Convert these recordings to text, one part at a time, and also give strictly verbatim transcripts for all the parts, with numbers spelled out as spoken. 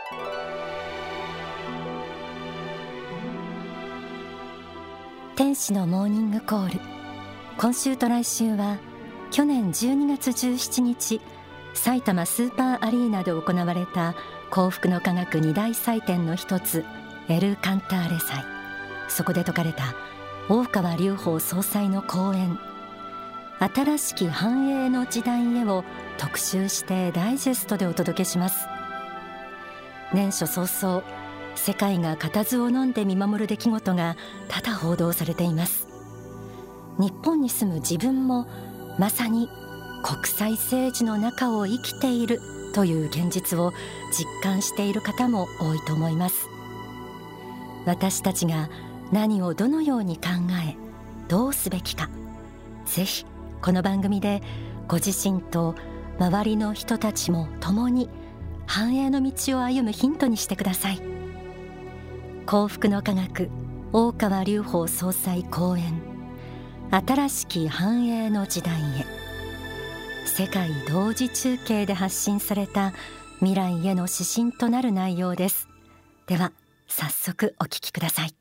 天使のモーニングコール。今週と来週は去年じゅうにがつじゅうしちにち埼玉スーパーアリーナで行われた幸福の科学二大祭典の一つエル・カンターレ祭。そこで説かれた大川隆法総裁の講演、新しき繁栄の時代へを特集してダイジェストでお届けします。年初早々、世界が固唾を飲んで見守る出来事が多々報道されています。日本に住む自分もまさに国際政治の中を生きているという現実を実感している方も多いと思います。私たちが何をどのように考え、どうすべきか、ぜひこの番組でご自身と周りの人たちも共に繁栄の道を歩むヒントにしてください。幸福の科学大川隆法総裁講演、新しき繁栄の時代へ。世界同時中継で発信された未来への指針となる内容です。では早速お聞きください。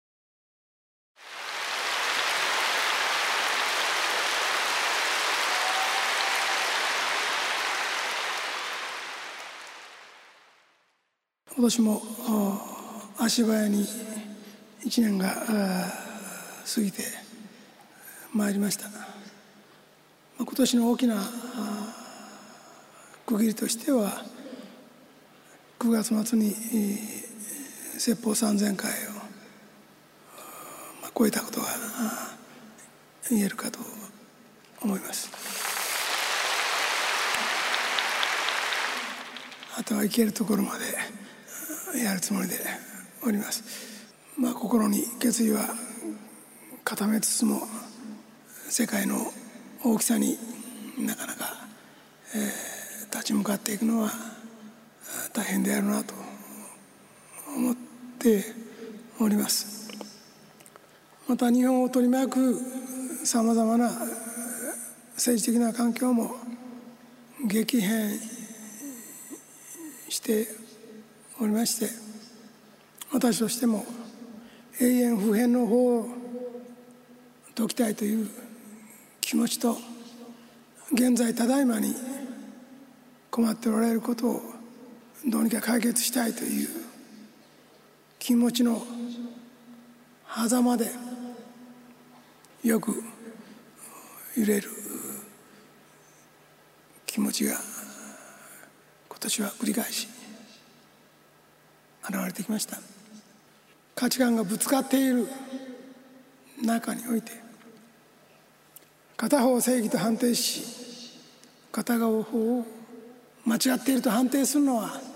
今年も足早にいちねんが過ぎてまいりました。今年の大きな区切りとしては、くがつ末に説法さんぜんかいを超えたことが言えるかと思います。あとは行けるところまでやるつもりでおります。まあ、心に決意は固めつつも、世界の大きさになかなか、えー、立ち向かっていくのは大変であるなと思っております。また日本を取り巻くさまざまな政治的な環境も激変しておりまして、私としても永遠不変の法を説きたいという気持ちと、現在ただいまに困っておられることをどうにか解決したいという気持ちの狭間でよく揺れる気持ちが今年は繰り返し現れてきました。価値観がぶつかっている中において、片方を正義と判定し、片方を間違っていると判定するのは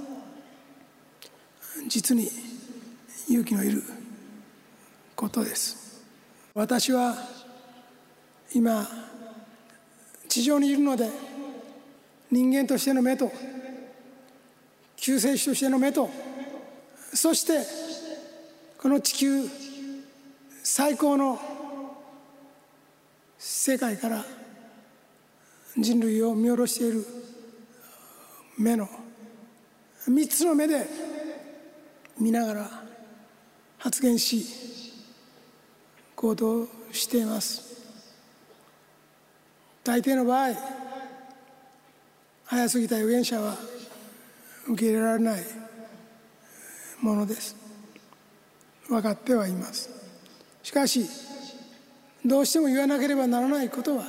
実に勇気のいることです。私は今地上にいるので、人間としての目と救世主としての目と、そしてこの地球最高の世界から人類を見下ろしている目の三つの目で見ながら発言し行動しています。大抵の場合、早すぎた預言者は受け入れられないものです。分かってはいます。しかしどうしても言わなければならないことは、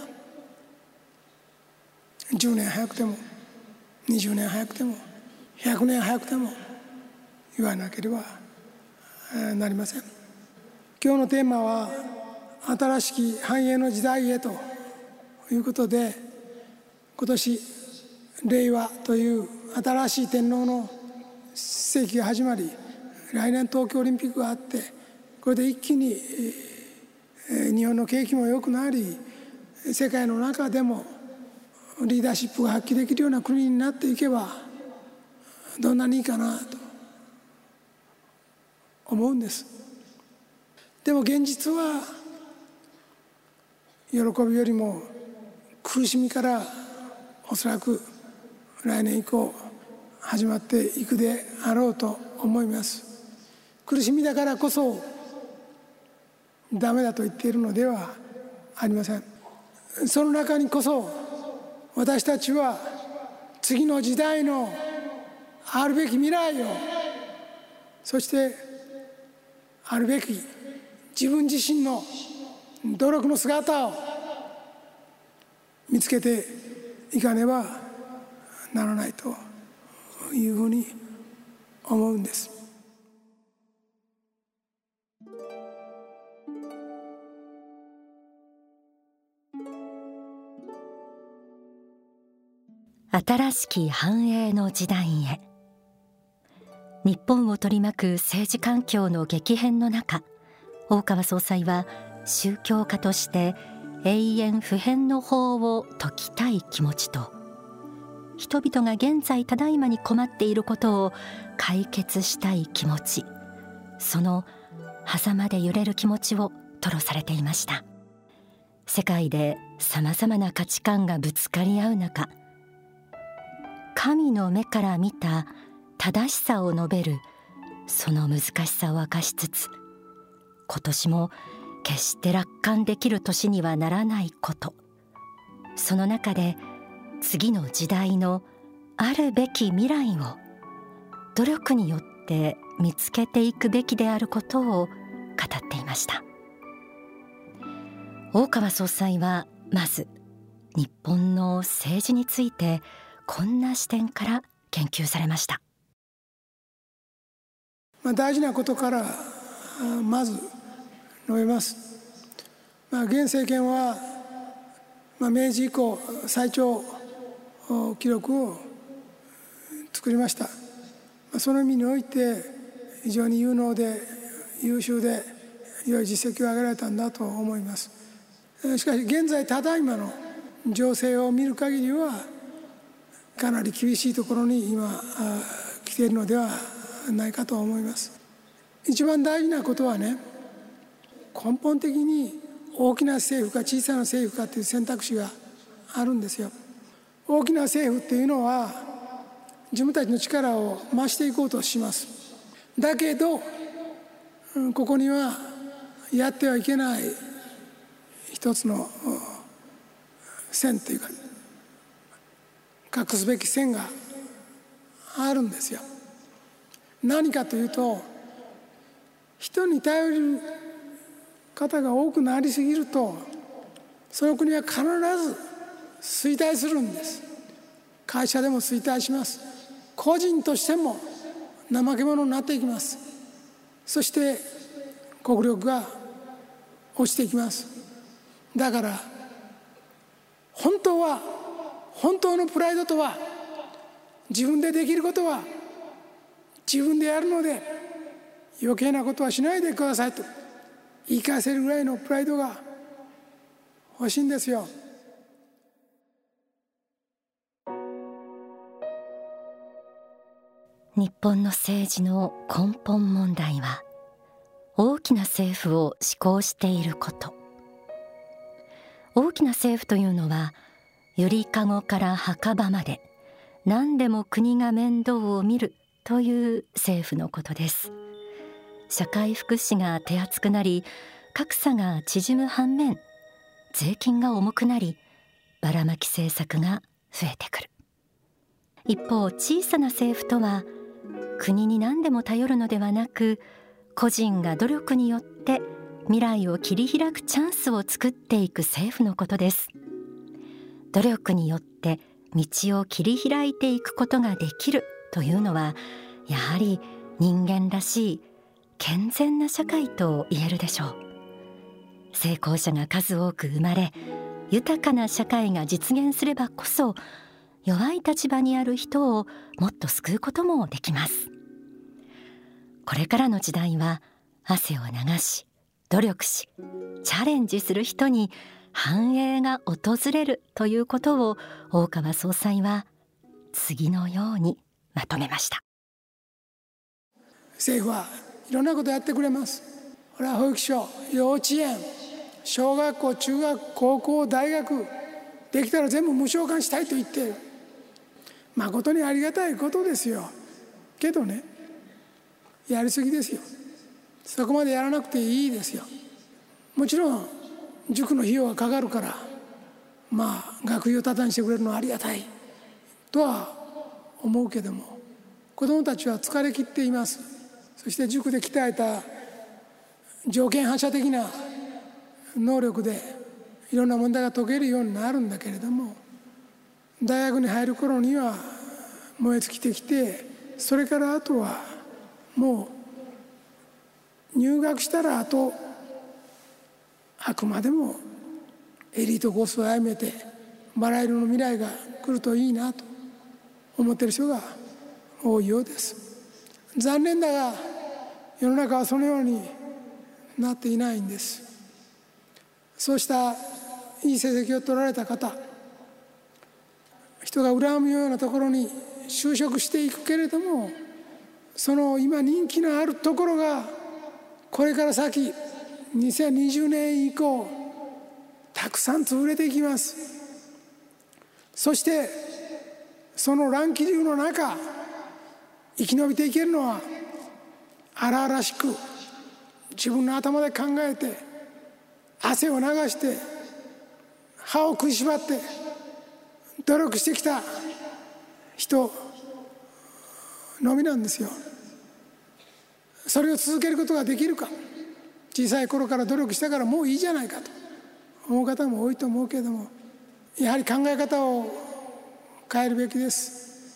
じゅうねん早くてもにじゅうねん早くてもひゃくねん早くても言わなければなりません。今日のテーマは新しき繁栄の時代へということで、今年令和という新しい天皇の世紀が始まり、来年東京オリンピックがあって、これで一気に日本の景気も良くなり、世界の中でもリーダーシップが発揮できるような国になっていけばどんなにいいかなと思うんです。でも現実は喜びよりも苦しみからおそらく来年以降始まっていくであろうと思います。苦しみだからこそダメだと言っているのではありません。その中にこそ私たちは次の時代のあるべき未来を、そしてあるべき自分自身の努力の姿を見つけていかねばならないというふうに思うんです。 新しき繁栄の時代へ。日本を取り巻く政治環境の激変の中、大川総裁は宗教家として永遠不変の法を説きたい気持ちと、人々が現在ただいまに困っていることを解決したい気持ち、その狭間で揺れる気持ちを吐露されていました。世界でさまざまな価値観がぶつかり合う中、神の目から見た正しさを述べるその難しさを明かしつつ、今年も決して楽観できる年にはならないこと、その中で次の時代のあるべき未来を努力によって見つけていくべきであることを語っていました。大川総裁はまず日本の政治についてこんな視点から研究されました。 まあ、大事なことからまず述べます。まあ、現政権は、まあ、明治以降最長記録を作りました。まあ、その意味において非常に有能で優秀で良い実績を上げられたんだと思います。しかし現在ただいまの情勢を見る限りはかなり厳しいところに今来ているのではないかと思います。一番大事なことはね、根本的に大きな政府か小さな政府かという選択肢があるんですよ。大きな政府っていうのは自分たちの力を増していこうとします。だけどここにはやってはいけない一つの線というか隠すべき線があるんですよ。何かというと、人に頼る方が多くなりすぎるとその国は必ず衰退するんです。会社でも衰退します。個人としても怠け者になっていきます。そして国力が落ちていきます。だから本当は本当のプライドとは、自分でできることは自分でやるので余計なことはしないでくださいと言い返せるぐらいのプライドが欲しいんですよ。 日本の政治の根本問題は、大きな政府を志向していること。大きな政府というのは、ゆりかごから墓場まで何でも国が面倒を見るという政府のことです。社会福祉が手厚くなり、格差が縮む反面、税金が重くなり、ばらまき政策が増えてくる。一方、小さな政府とは、国に何でも頼るのではなく、個人が努力によって未来を切り開くチャンスを作っていく政府のことです。努力によって道を切り開いていくことができるというのは、やはり人間らしい健全な社会と言えるでしょう。成功者が数多く生まれ、豊かな社会が実現すればこそ、弱い立場にある人をもっと救うこともできます。これからの時代は、汗を流し、努力し、チャレンジする人に繁栄が訪れるということを、大川総裁は次のようにまとめました。 政府はいろんなことやってくれます。これは保育所、幼稚園、小学校、中学、高校、大学、できたら全部無償化したいと言っている。 誠にありがたいことですよ。けどね、やりすぎですよ。そこまでやらなくていいですよ。もちろん塾の費用がかかるから、まあ学費をタダにしてくれるのはありがたいとは思うけども、子どもたちは疲れ切っています。そして塾で鍛えた条件反射的な能力でいろんな問題が解けるようになるんだけれども、大学に入る頃には燃え尽きてきて、それからあとはもう入学したらあとあくまでもエリートコースを歩めてバラ色の未来が来るといいなと思っている人が多いようです。残念だが世の中はそのようになっていないんです。そうしたいい成績を取られた方、人が羨むようなところに就職していくけれども、その今人気のあるところがこれから先にせんにじゅうねん以降たくさん潰れていきます。そしてその乱気流の中生き延びていけるのは荒々しく自分の頭で考えて汗を流して歯を食いしばって努力してきた人のみなんですよ。それを続けることができるか。小さい頃から努力したからもういいじゃないかと思う方も多いと思うけれども、やはり考え方を変えるべきです。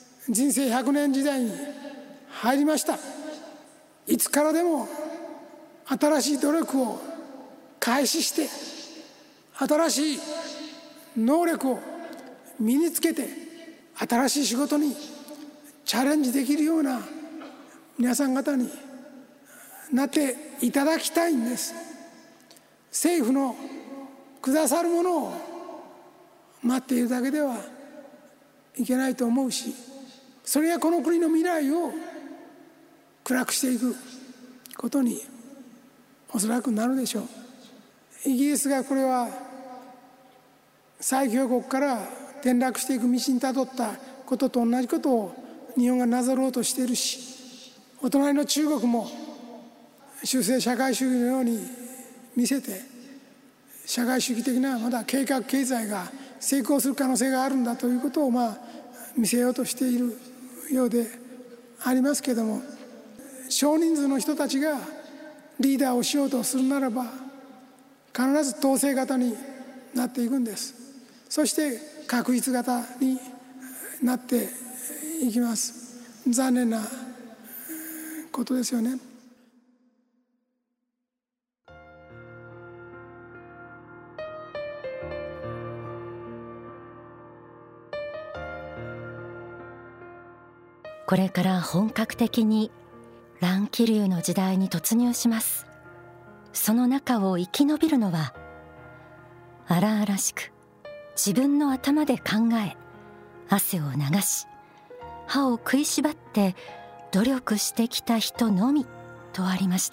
人生ひゃくねん時代に入りました。いつからでも新しい努力を開始して新しい能力を身につけて新しい仕事にチャレンジできるような皆さん方になっていただきたいんです。政府のくださるものを待っているだけではいけないと思うし、それがこの国の未来を暗くしていくことにおそらくなるでしょう。イギリスがこれは最強国から転落していく道にたどったことと同じことを日本がなぞろうとしているし、お隣の中国も修正社会主義のように見せて社会主義的なまだ計画経済が成功する可能性があるんだということをまあ見せようとしているようでありますけれども、少人数の人たちがリーダーをしようとするならば必ず統制型になっていくんです。そして確一型になっていきます。残念なことですよね。 これから本格的に乱気流の時代に突入します。その中を生き延びるのは荒々しく自分の頭で考え汗を流し歯を食いしばって努力してきた人のみとありました。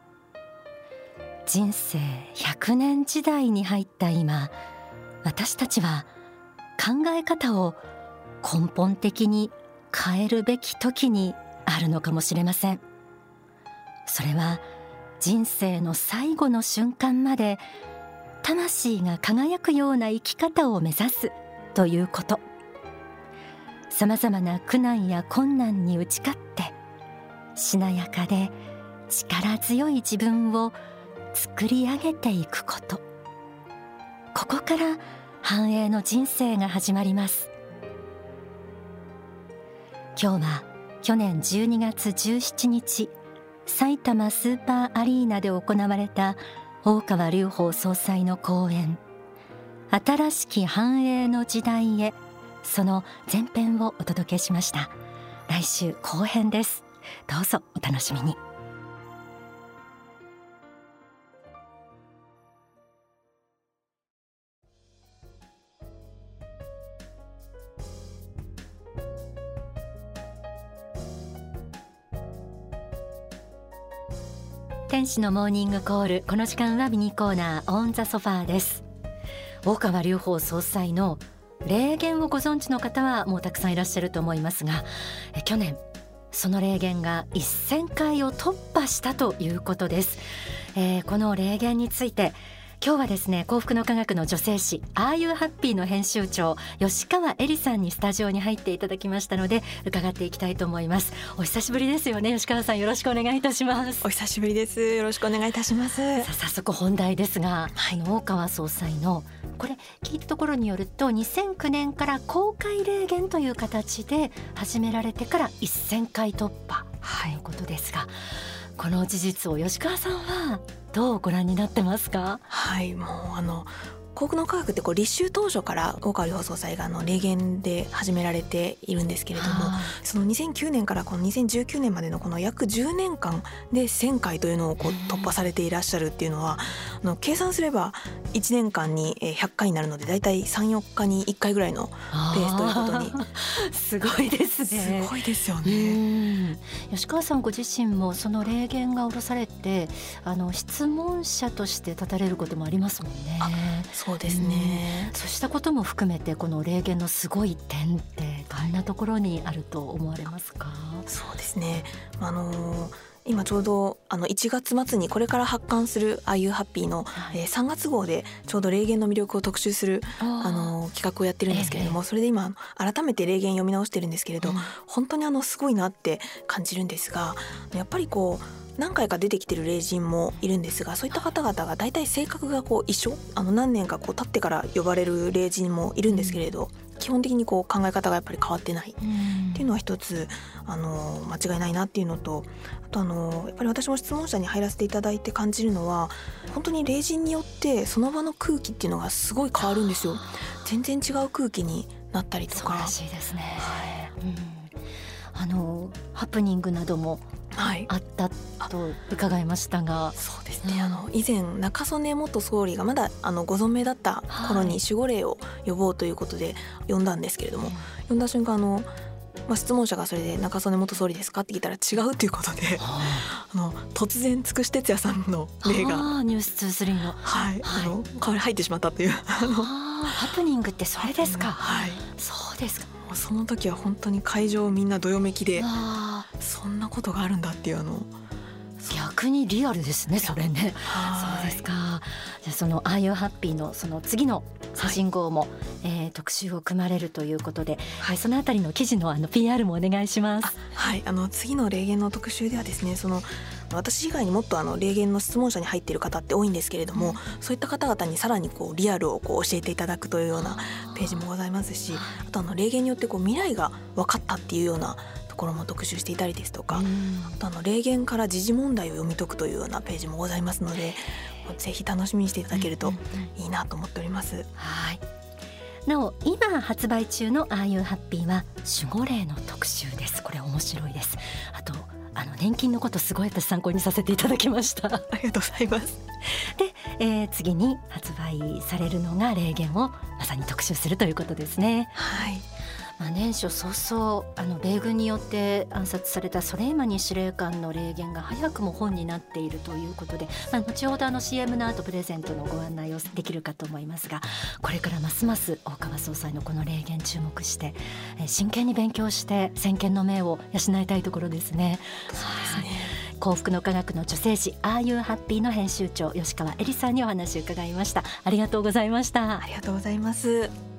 人生ひゃくねん時代に入った今、私たちは考え方を根本的に変えるべき時にあるのかもしれません。それは人生の最後の瞬間まで魂が輝くような生き方を目指すということ。さまざまな苦難や困難に打ち勝ってしなやかで力強い自分を作り上げていくこと。ここから繁栄の人生が始まります。今日は去年じゅうにがつじゅうしちにちさいたまスーパーアリーナで行われた大川隆法総裁の講演、新しき繁栄の時代へ、その前編をお届けしました。来週後編です。どうぞお楽しみに。天使のモーニングコール、この時間はミニコーナーオンザソファーです。大川隆法総裁の霊言をご存知の方はもうたくさんいらっしゃると思いますが、え去年その霊言がせんかいを突破したということです。えー、この霊言について今日はですね、幸福の科学の女性誌 Are You Happy の編集長吉川恵里さんにスタジオに入っていただきましたので伺っていきたいと思います。お久しぶりですよね、吉川さん、よろしくお願いいたします。 お久しぶりです。よろしくお願いいたします。 さあ早速本題ですが、はい、大川総裁のこれ聞いたところによるとにせんきゅうねんから公開霊言という形で始められてからせんかい突破ということですが、はい、この事実を吉川さんはどうご覧になってますか？ はい、もうあの幸福の科学ってこう立秋当初から大川隆法総裁があの霊言で始められているんですけれども、そのにせんきゅうねんからこのにせんじゅうきゅうねんまでのこの約じゅうねんかんでせんかいというのをこう突破されていらっしゃるっていうのは、あの計算すればいちねんかんにひゃっかいになるのでだいたいさん、よっかにいっかいぐらいのペースということに。 すごいですね。 すごいですよね。 吉川さんご自身もその霊言が下ろされてあの質問者として立たれることもありますもんね。 あ、そうですね、 うん、そうしたことも含めてこの霊言のすごい点ってどんなところにあると思われますか？ そうですね、あのー今ちょうどあのいちがつ末にこれから発刊する Are You Happy の、はい、えー、さんがつ号でちょうど霊言の魅力を特集するあの企画をやってるんですけれども、ええ、それで今改めて霊言読み直してるんですけれど、うん、本当にあのすごいなって感じるんですが、やっぱりこう何回か出てきてる霊人もいるんですが、そういった方々が大体性格がこう一緒、あの何年かこう経ってから呼ばれる霊人もいるんですけれど、うん、基本的にこう考え方がやっぱり変わってないっていうのは一つあの間違いないなっていうのと、あとあのやっぱり私も質問者に入らせていただいて感じるのは、本当に霊人によってその場の空気っていうのがすごい変わるんですよ。全然違う空気になったりとか。 素晴らしいですね、はい、うん、あのハプニングなどもあったと伺いましたが、 はい、そうですね、うん、あの以前中曽根元総理がまだあのご存命だった頃に守護霊を呼ぼうということで呼んだんですけれども、はい、呼んだ瞬間あの、まあ、質問者がそれで中曽根元総理ですかって聞いたら違うということで、はあ、あの突然つくし哲也さんの霊がニュースにじゅうさんの、 はいはい、あの代わり入ってしまったというあのハプニングってそれですか？ はい、 そうですか。 その時は本当に会場みんなどよめきで、そんなことがあるんだっていうあの逆にリアルですね、それね。そうですか。じゃあその Are You Happy のその次の写真号も、はい、えー、特集を組まれるということで、はい、そのあたりの記事のあの ピーアール もお願いします。あ、 はい、あの次の霊言の特集ではですね、その私以外にもっとあの霊言の質問者に入っている方って多いんですけれども、うん、そういった方々にさらにこうリアルをこう教えていただくというようなページもございますし、あとあの霊言によってこう未来が分かったっていうようなところも特集していたりですとか、うん、あとあの霊言から時事問題を読み解くというようなページもございますので、ぜひ楽しみにしていただけるといいなと思っております、うんうんうん、 はい。なお今発売中の Are You Happy は守護霊の特集です。これ面白いです。あとあの年金のことすごい私参考にさせていただきました。 ありがとうございます。 で、えー、次に発売されるのが霊言をまさに特集するということですね。 はい。 まあ、年初早々あの米軍によって暗殺されたソレイマニ司令官の霊言が早くも本になっているということで、まあ、後ほどあの シーエム の後プレゼントのご案内をできるかと思いますが、これからますます大川総裁のこの霊言注目して、えー、真剣に勉強して先見の明を養いたいところですね。 そうですね。 幸福の科学の女性誌 Are You Happy の編集長吉川恵里さんにお話を伺いました。ありがとうございました。 ありがとうございます。